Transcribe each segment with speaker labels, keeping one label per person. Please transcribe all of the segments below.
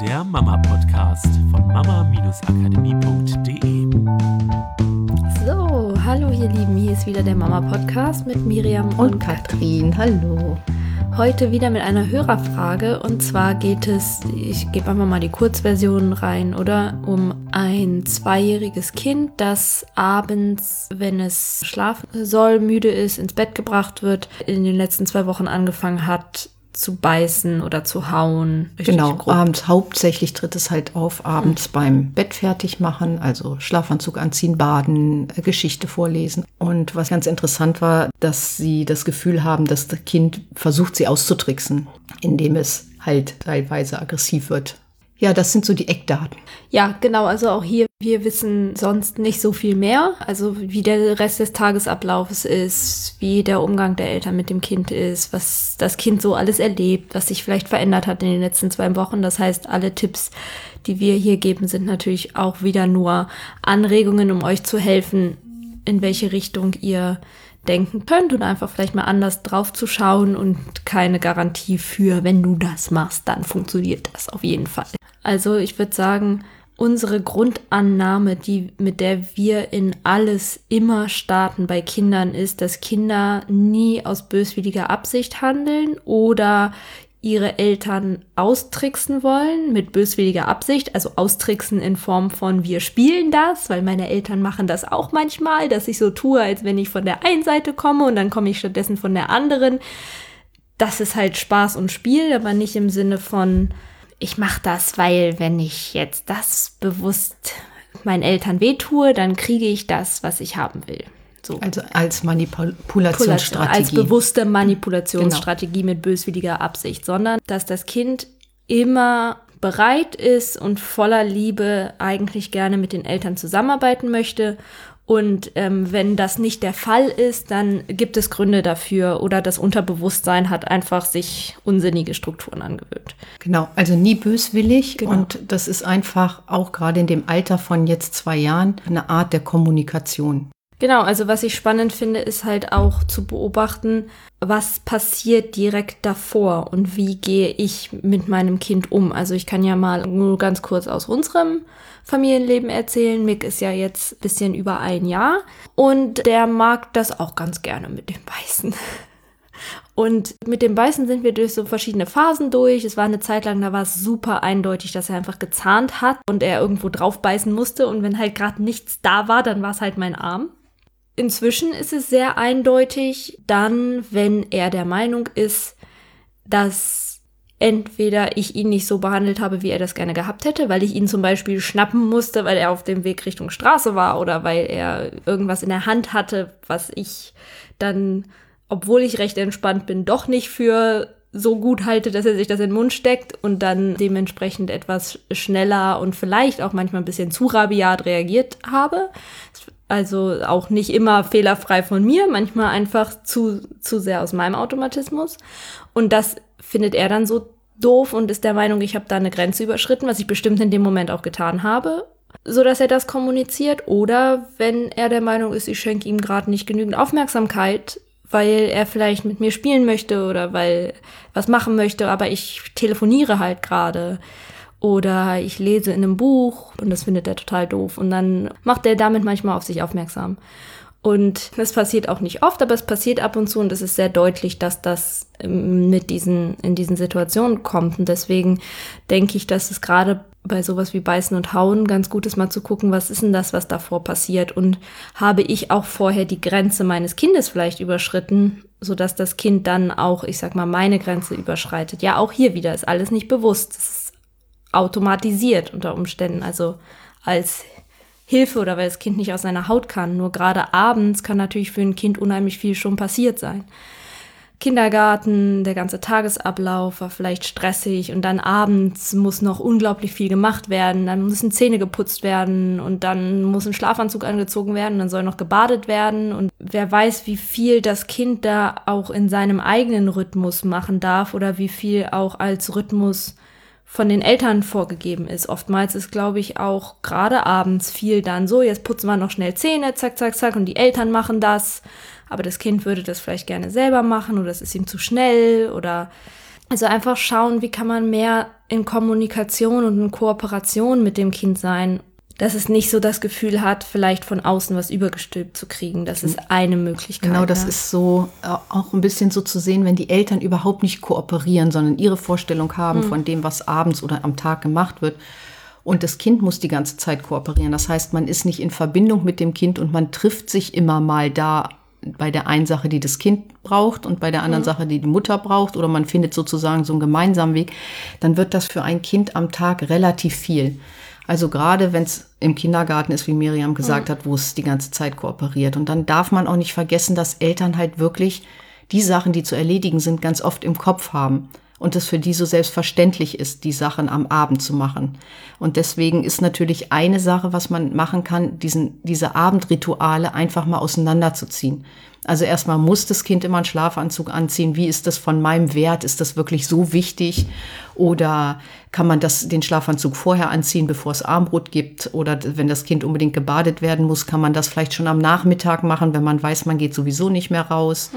Speaker 1: der Mama-Podcast von mama-akademie.de.
Speaker 2: So, hallo ihr Lieben, hier ist wieder der Mama-Podcast mit Miriam
Speaker 3: und Katrin. Hallo.
Speaker 2: Heute wieder mit einer Hörerfrage und zwar geht es, ich gebe einfach mal die Kurzversion rein, um ein 2-jähriges Kind, das abends, wenn es schlafen soll, müde ist, ins Bett gebracht wird, in den letzten 2 Wochen angefangen hat zu beißen oder zu hauen.
Speaker 3: Genau, grob. Abends hauptsächlich tritt es halt auf, abends beim Bett fertig machen, also Schlafanzug anziehen, baden, Geschichte vorlesen. Und was ganz interessant war, dass sie das Gefühl haben, dass das Kind versucht, sie auszutricksen, indem es halt teilweise aggressiv wird. Ja, das sind so die Eckdaten.
Speaker 2: Ja, genau, also auch hier, wir wissen sonst nicht so viel mehr. Also wie der Rest des Tagesablaufs ist, wie der Umgang der Eltern mit dem Kind ist, was das Kind so alles erlebt, was sich vielleicht verändert hat in den letzten 2 Wochen. Das heißt, alle Tipps, die wir hier geben, sind natürlich auch wieder nur Anregungen, um euch zu helfen, in welche Richtung ihr denken könnt und einfach vielleicht mal anders drauf zu schauen und keine Garantie für, wenn du das machst, dann funktioniert das auf jeden Fall. Also ich würde sagen, unsere Grundannahme, mit der wir in alles immer starten bei Kindern, ist, dass Kinder nie aus böswilliger Absicht handeln oder ihre Eltern austricksen wollen mit böswilliger Absicht, also austricksen in Form von wir spielen das, weil meine Eltern machen das auch manchmal, dass ich so tue, als wenn ich von der einen Seite komme und dann komme ich stattdessen von der anderen. Das ist halt Spaß und Spiel, aber nicht im Sinne von ich mache das, weil wenn ich jetzt das bewusst meinen Eltern wehtue, dann kriege ich das, was ich haben will. So.
Speaker 3: Also als Manipulationsstrategie.
Speaker 2: Als bewusste Manipulationsstrategie mit böswilliger Absicht, sondern dass das Kind immer bereit ist und voller Liebe eigentlich gerne mit den Eltern zusammenarbeiten möchte. Und wenn das nicht der Fall ist, dann gibt es Gründe dafür oder das Unterbewusstsein hat einfach sich unsinnige Strukturen angewöhnt.
Speaker 3: Genau, also nie böswillig.
Speaker 2: Genau.
Speaker 3: Und das ist einfach auch gerade in dem Alter von jetzt 2 Jahren eine Art der Kommunikation.
Speaker 2: Genau, also was ich spannend finde, ist halt auch zu beobachten, was passiert direkt davor und wie gehe ich mit meinem Kind um. Also ich kann ja mal nur ganz kurz aus unserem Familienleben erzählen. Mick ist ja jetzt ein bisschen über 1 Jahr und der mag das auch ganz gerne mit dem Beißen. Und mit dem Beißen sind wir durch so verschiedene Phasen durch. Es war eine Zeit lang, da war es super eindeutig, dass er einfach gezahnt hat und er irgendwo drauf beißen musste. Und wenn halt gerade nichts da war, dann war es halt mein Arm. Inzwischen ist es sehr eindeutig, dann, wenn er der Meinung ist, dass entweder ich ihn nicht so behandelt habe, wie er das gerne gehabt hätte, weil ich ihn zum Beispiel schnappen musste, weil er auf dem Weg Richtung Straße war oder weil er irgendwas in der Hand hatte, was ich dann, obwohl ich recht entspannt bin, doch nicht für so gut halte, dass er sich das in den Mund steckt und dann dementsprechend etwas schneller und vielleicht auch manchmal ein bisschen zu rabiat reagiert habe. Also auch nicht immer fehlerfrei von mir, manchmal einfach zu sehr aus meinem Automatismus. Und das findet er dann so doof und ist der Meinung, ich habe da eine Grenze überschritten, was ich bestimmt in dem Moment auch getan habe, sodass er das kommuniziert. Oder wenn er der Meinung ist, ich schenke ihm gerade nicht genügend Aufmerksamkeit, weil er vielleicht mit mir spielen möchte oder weil was machen möchte, aber ich telefoniere halt gerade. Oder ich lese in einem Buch und das findet er total doof. Und dann macht er damit manchmal auf sich aufmerksam. Und das passiert auch nicht oft, aber es passiert ab und zu und es ist sehr deutlich, dass das in diesen Situationen kommt. Und deswegen denke ich, dass es gerade bei sowas wie Beißen und Hauen ganz gut ist, mal zu gucken, was ist denn das, was davor passiert? Und habe ich auch vorher die Grenze meines Kindes vielleicht überschritten, sodass das Kind dann auch, ich sag mal, meine Grenze überschreitet? Ja, auch hier wieder ist alles nicht bewusst. Es ist automatisiert unter Umständen, also als Hilfe oder weil das Kind nicht aus seiner Haut kann. Nur gerade abends kann natürlich für ein Kind unheimlich viel schon passiert sein. Kindergarten, der ganze Tagesablauf war vielleicht stressig und dann abends muss noch unglaublich viel gemacht werden, dann müssen Zähne geputzt werden und dann muss ein Schlafanzug angezogen werden, dann soll noch gebadet werden und wer weiß, wie viel das Kind da auch in seinem eigenen Rhythmus machen darf oder wie viel auch als Rhythmus von den Eltern vorgegeben ist. Oftmals ist, glaube ich, auch gerade abends viel dann so, jetzt putzen wir noch schnell Zähne, zack, zack, zack, und die Eltern machen das, aber das Kind würde das vielleicht gerne selber machen oder es ist ihm zu schnell oder Also einfach schauen, wie kann man mehr in Kommunikation und in Kooperation mit dem Kind sein, dass es nicht so das Gefühl hat, vielleicht von außen was übergestülpt zu kriegen. Das ist eine Möglichkeit.
Speaker 3: Genau, das ist so auch ein bisschen so zu sehen, wenn die Eltern überhaupt nicht kooperieren, sondern ihre Vorstellung haben von dem, was abends oder am Tag gemacht wird. Und das Kind muss die ganze Zeit kooperieren. Das heißt, man ist nicht in Verbindung mit dem Kind und man trifft sich immer mal da bei der einen Sache, die das Kind braucht und bei der anderen Sache, die die Mutter braucht, oder man findet sozusagen so einen gemeinsamen Weg, dann wird das für ein Kind am Tag relativ viel. Also gerade wenn es im Kindergarten ist, wie Miriam gesagt hat, wo es die ganze Zeit kooperiert. Und dann darf man auch nicht vergessen, dass Eltern halt wirklich die Sachen, die zu erledigen sind, ganz oft im Kopf haben. Und es für die so selbstverständlich ist, die Sachen am Abend zu machen. Und deswegen ist natürlich eine Sache, was man machen kann, diese Abendrituale einfach mal auseinanderzuziehen. Also erstmal muss das Kind immer einen Schlafanzug anziehen. Wie ist das von meinem Wert? Ist das wirklich so wichtig? Oder kann man den Schlafanzug vorher anziehen, bevor es Abendbrot gibt? Oder wenn das Kind unbedingt gebadet werden muss, kann man das vielleicht schon am Nachmittag machen, wenn man weiß, man geht sowieso nicht mehr raus.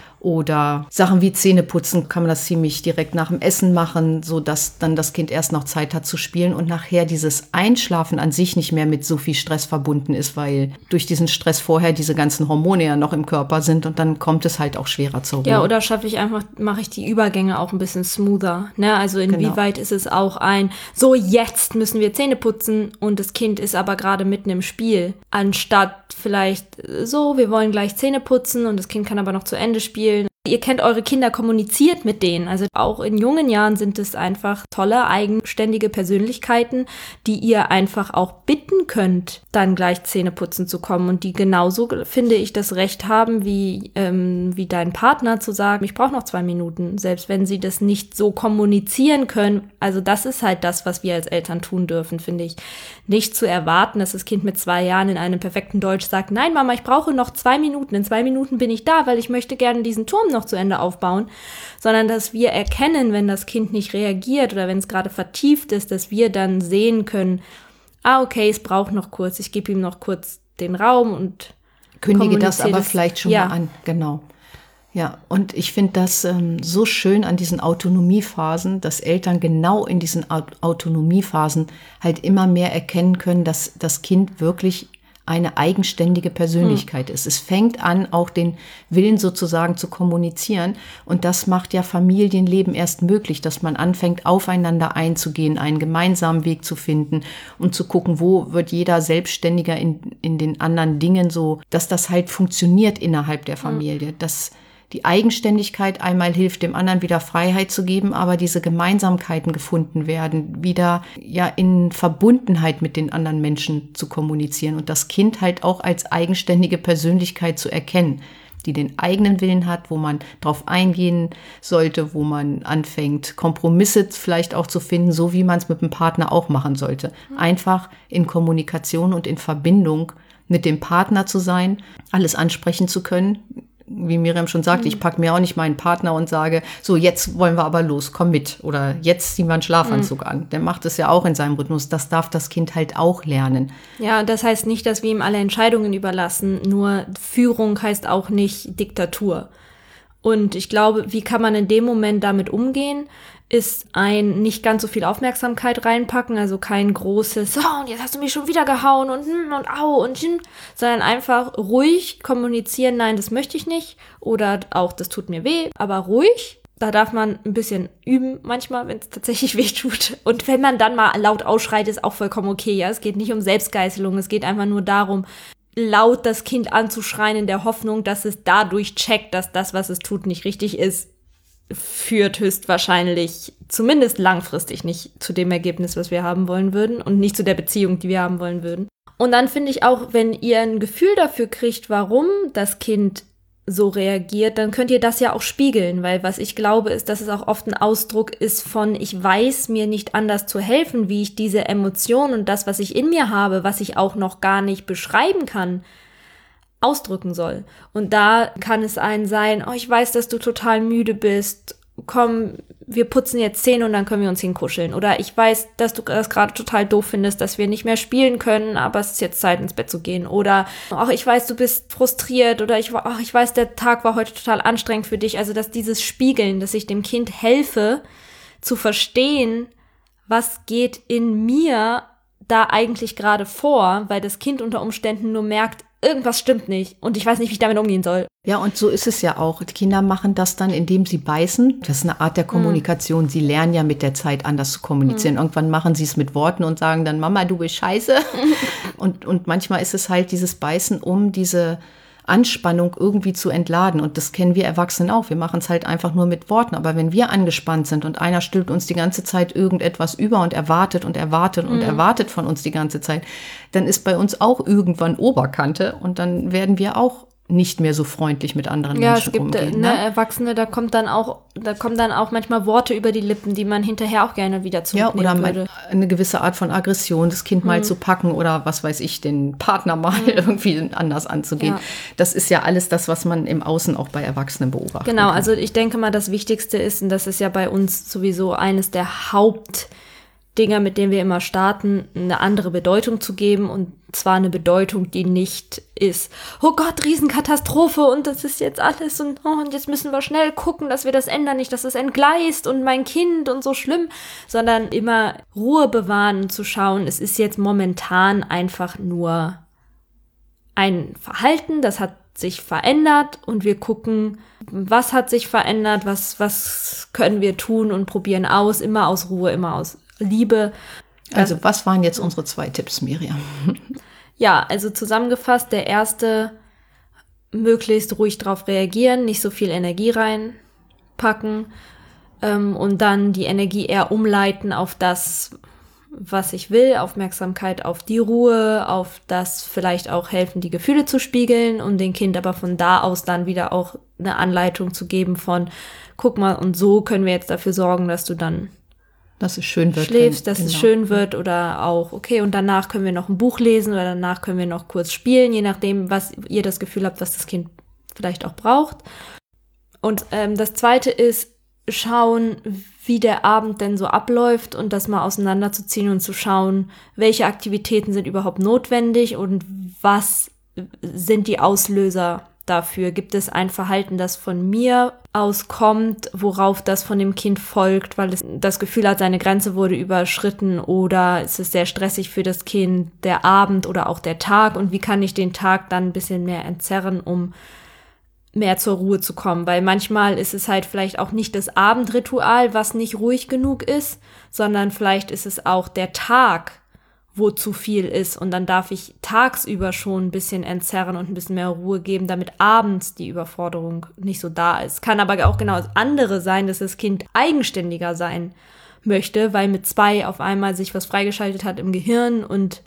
Speaker 3: Oder Sachen wie Zähneputzen kann man das ziemlich direkt nach dem Essen machen, sodass dann das Kind erst noch Zeit hat zu spielen und nachher dieses Einschlafen an sich nicht mehr mit so viel Stress verbunden ist, weil durch diesen Stress vorher diese ganzen Hormone ja noch im Körper sind und dann kommt es halt auch schwerer zur Ruhe.
Speaker 2: Ja, oder mache ich die Übergänge auch ein bisschen smoother, ne? Also inwieweit ist es auch so jetzt müssen wir Zähne putzen und das Kind ist aber gerade mitten im Spiel, anstatt vielleicht so, wir wollen gleich Zähne putzen und das Kind kann aber noch zu Ende spielen. Ihr kennt eure Kinder, kommuniziert mit denen. Also auch in jungen Jahren sind es einfach tolle, eigenständige Persönlichkeiten, die ihr einfach auch bitten könnt, dann gleich Zähne putzen zu kommen und die genauso, finde ich, das Recht haben, wie dein Partner zu sagen, ich brauche noch 2 Minuten, selbst wenn sie das nicht so kommunizieren können. Also das ist halt das, was wir als Eltern tun dürfen, finde ich. Nicht zu erwarten, dass das Kind mit 2 Jahren in einem perfekten Deutsch sagt, nein Mama, ich brauche noch 2 Minuten, in 2 Minuten bin ich da, weil ich möchte gerne diesen Turm noch zu Ende aufbauen, sondern dass wir erkennen, wenn das Kind nicht reagiert oder wenn es gerade vertieft ist, dass wir dann sehen können, okay, es braucht noch kurz, ich gebe ihm noch kurz den Raum und
Speaker 3: kündige das aber vielleicht schon mal an, genau. Ja, und ich finde das so schön an diesen Autonomiephasen, dass Eltern genau in diesen Autonomiephasen halt immer mehr erkennen können, dass das Kind wirklich eine eigenständige Persönlichkeit ist. Es fängt an, auch den Willen sozusagen zu kommunizieren. Und das macht ja Familienleben erst möglich, dass man anfängt, aufeinander einzugehen, einen gemeinsamen Weg zu finden und zu gucken, wo wird jeder selbstständiger in den anderen Dingen so, dass das halt funktioniert innerhalb der Familie, dass die Eigenständigkeit einmal hilft, dem anderen wieder Freiheit zu geben, aber diese Gemeinsamkeiten gefunden werden, wieder ja in Verbundenheit mit den anderen Menschen zu kommunizieren und das Kind halt auch als eigenständige Persönlichkeit zu erkennen, die den eigenen Willen hat, wo man drauf eingehen sollte, wo man anfängt, Kompromisse vielleicht auch zu finden, so wie man es mit dem Partner auch machen sollte. Einfach in Kommunikation und in Verbindung mit dem Partner zu sein, alles ansprechen zu können. Wie Miriam schon sagte, ich packe mir auch nicht meinen Partner und sage, so jetzt wollen wir aber los, komm mit. Oder jetzt ziehen wir einen Schlafanzug an. Der macht es ja auch in seinem Rhythmus. Das darf das Kind halt auch lernen.
Speaker 2: Ja, das heißt nicht, dass wir ihm alle Entscheidungen überlassen. Nur Führung heißt auch nicht Diktatur. Und ich glaube, wie kann man in dem Moment damit umgehen, ist nicht ganz so viel Aufmerksamkeit reinpacken, also kein großes, so und jetzt hast du mich schon wieder gehauen und au und sondern einfach ruhig kommunizieren, nein, das möchte ich nicht oder auch, das tut mir weh, aber ruhig. Da darf man ein bisschen üben manchmal, wenn es tatsächlich weh tut. Und wenn man dann mal laut ausschreit, ist auch vollkommen okay. Ja, es geht nicht um Selbstgeißelung, es geht einfach nur darum, laut das Kind anzuschreien in der Hoffnung, dass es dadurch checkt, dass das, was es tut, nicht richtig ist, führt höchstwahrscheinlich zumindest langfristig nicht zu dem Ergebnis, was wir haben wollen würden und nicht zu der Beziehung, die wir haben wollen würden. Und dann finde ich auch, wenn ihr ein Gefühl dafür kriegt, warum das Kind so reagiert, dann könnt ihr das ja auch spiegeln, weil was ich glaube ist, dass es auch oft ein Ausdruck ist von, ich weiß mir nicht anders zu helfen, wie ich diese Emotion und das, was ich in mir habe, was ich auch noch gar nicht beschreiben kann, ausdrücken soll. Und da kann es sein, oh, ich weiß, dass du total müde bist, komm, wir putzen jetzt Zähne und dann können wir uns hinkuscheln. Oder ich weiß, dass du das gerade total doof findest, dass wir nicht mehr spielen können, aber es ist jetzt Zeit, ins Bett zu gehen. Oder auch ich weiß, du bist frustriert. Oder ich weiß, der Tag war heute total anstrengend für dich. Also, dass dieses Spiegeln, dass ich dem Kind helfe, zu verstehen, was geht in mir da eigentlich gerade vor, weil das Kind unter Umständen nur merkt, irgendwas stimmt nicht und ich weiß nicht, wie ich damit umgehen soll.
Speaker 3: Ja, und so ist es ja auch. Die Kinder machen das dann, indem sie beißen. Das ist eine Art der Kommunikation. Sie lernen ja mit der Zeit anders zu kommunizieren. Irgendwann machen sie es mit Worten und sagen dann, Mama, du bist scheiße. Und manchmal ist es halt dieses Beißen, um diese Anspannung irgendwie zu entladen. Und das kennen wir Erwachsenen auch. Wir machen es halt einfach nur mit Worten. Aber wenn wir angespannt sind und einer stülpt uns die ganze Zeit irgendetwas über und erwartet und erwartet und erwartet von uns die ganze Zeit, dann ist bei uns auch irgendwann Oberkante und dann werden wir auch nicht mehr so freundlich mit anderen Menschen umgehen.
Speaker 2: Ja, es gibt Erwachsene, da kommen dann auch manchmal Worte über die Lippen, die man hinterher auch gerne wieder zurücknehmen würde.
Speaker 3: Oder eine gewisse Art von Aggression, das Kind mal zu packen oder was weiß ich, den Partner mal irgendwie anders anzugehen. Ja. Das ist ja alles das, was man im Außen auch bei Erwachsenen beobachtet.
Speaker 2: Genau, also ich denke mal, das Wichtigste ist, und das ist ja bei uns sowieso eines der Hauptdinger, mit denen wir immer starten, eine andere Bedeutung zu geben, und zwar eine Bedeutung, die nicht ist, oh Gott, Riesenkatastrophe und das ist jetzt alles und jetzt müssen wir schnell gucken, dass wir das ändern, nicht, dass es entgleist und mein Kind und so schlimm, sondern immer Ruhe bewahren und zu schauen, es ist jetzt momentan einfach nur ein Verhalten, das hat sich verändert und wir gucken, was hat sich verändert, was können wir tun und probieren aus, immer aus Ruhe, immer aus Liebe.
Speaker 3: Also was waren jetzt unsere 2 Tipps, Miriam?
Speaker 2: Ja, also zusammengefasst, der erste, möglichst ruhig drauf reagieren, nicht so viel Energie reinpacken und dann die Energie eher umleiten auf das, was ich will, Aufmerksamkeit auf die Ruhe, auf das vielleicht auch helfen, die Gefühle zu spiegeln und dem Kind aber von da aus dann wieder auch eine Anleitung zu geben von, guck mal, und so können wir jetzt dafür sorgen, dass du dann
Speaker 3: dass es schön wird.
Speaker 2: Schläfst, dass es schön wird oder auch, okay, und danach können wir noch ein Buch lesen oder danach können wir noch kurz spielen, je nachdem, was ihr das Gefühl habt, was das Kind vielleicht auch braucht. Und das Zweite ist, schauen, wie der Abend denn so abläuft und das mal auseinanderzuziehen und zu schauen, welche Aktivitäten sind überhaupt notwendig und was sind die Auslöser dafür. Gibt es ein Verhalten, das von mir auskommt, worauf das von dem Kind folgt, weil es das Gefühl hat, seine Grenze wurde überschritten, oder ist es sehr stressig für das Kind, der Abend oder auch der Tag, und wie kann ich den Tag dann ein bisschen mehr entzerren, um mehr zur Ruhe zu kommen, weil manchmal ist es halt vielleicht auch nicht das Abendritual, was nicht ruhig genug ist, sondern vielleicht ist es auch der Tag, wo zu viel ist, und dann darf ich tagsüber schon ein bisschen entzerren und ein bisschen mehr Ruhe geben, damit abends die Überforderung nicht so da ist. Kann aber auch genau das andere sein, dass das Kind eigenständiger sein möchte, weil mit 2 auf einmal sich was freigeschaltet hat im Gehirn und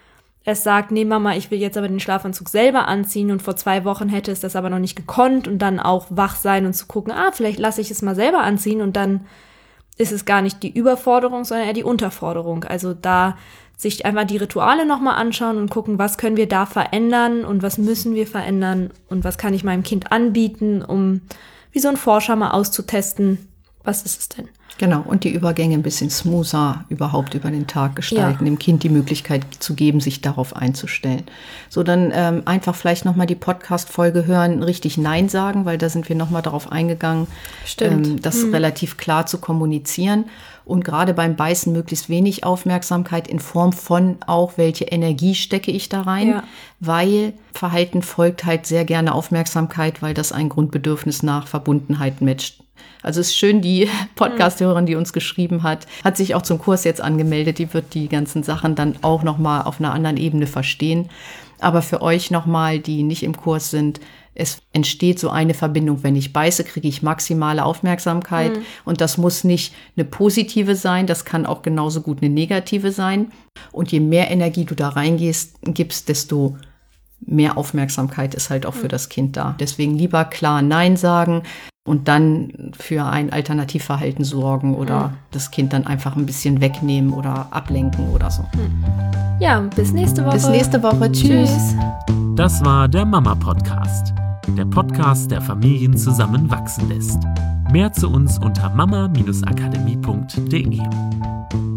Speaker 2: es sagt, nee Mama, ich will jetzt aber den Schlafanzug selber anziehen, und vor 2 Wochen hätte es das aber noch nicht gekonnt, und dann auch wach sein und zu gucken, vielleicht lasse ich es mal selber anziehen, und dann ist es gar nicht die Überforderung, sondern eher die Unterforderung. Also da sich einfach die Rituale nochmal anschauen und gucken, was können wir da verändern und was müssen wir verändern und was kann ich meinem Kind anbieten, um wie so ein Forscher mal auszutesten, was ist es denn?
Speaker 3: Genau, und die Übergänge ein bisschen smoother überhaupt über den Tag gestalten, dem Kind die Möglichkeit zu geben, sich darauf einzustellen. So, dann einfach vielleicht nochmal die Podcast-Folge hören, richtig Nein sagen, weil da sind wir nochmal darauf eingegangen, das relativ klar zu kommunizieren. Und gerade beim Beißen möglichst wenig Aufmerksamkeit in Form von auch, welche Energie stecke ich da rein, weil Verhalten folgt halt sehr gerne Aufmerksamkeit, weil das ein Grundbedürfnis nach Verbundenheit matcht. Also es ist schön, die Podcast-Hörerin, die uns geschrieben hat sich auch zum Kurs jetzt angemeldet. Die wird die ganzen Sachen dann auch nochmal auf einer anderen Ebene verstehen. Aber für euch nochmal, die nicht im Kurs sind, es entsteht so eine Verbindung. Wenn ich beiße, kriege ich maximale Aufmerksamkeit. Und das muss nicht eine positive sein, das kann auch genauso gut eine negative sein. Und je mehr Energie du da gibst, desto mehr Aufmerksamkeit ist halt auch für das Kind da. Deswegen lieber klar Nein sagen und dann für ein Alternativverhalten sorgen oder das Kind dann einfach ein bisschen wegnehmen oder ablenken oder so.
Speaker 2: Ja, bis nächste Woche.
Speaker 3: Bis nächste Woche. Tschüss.
Speaker 1: Das war der Mama-Podcast. Der Podcast, der Familien zusammenwachsen lässt. Mehr zu uns unter mama-akademie.de.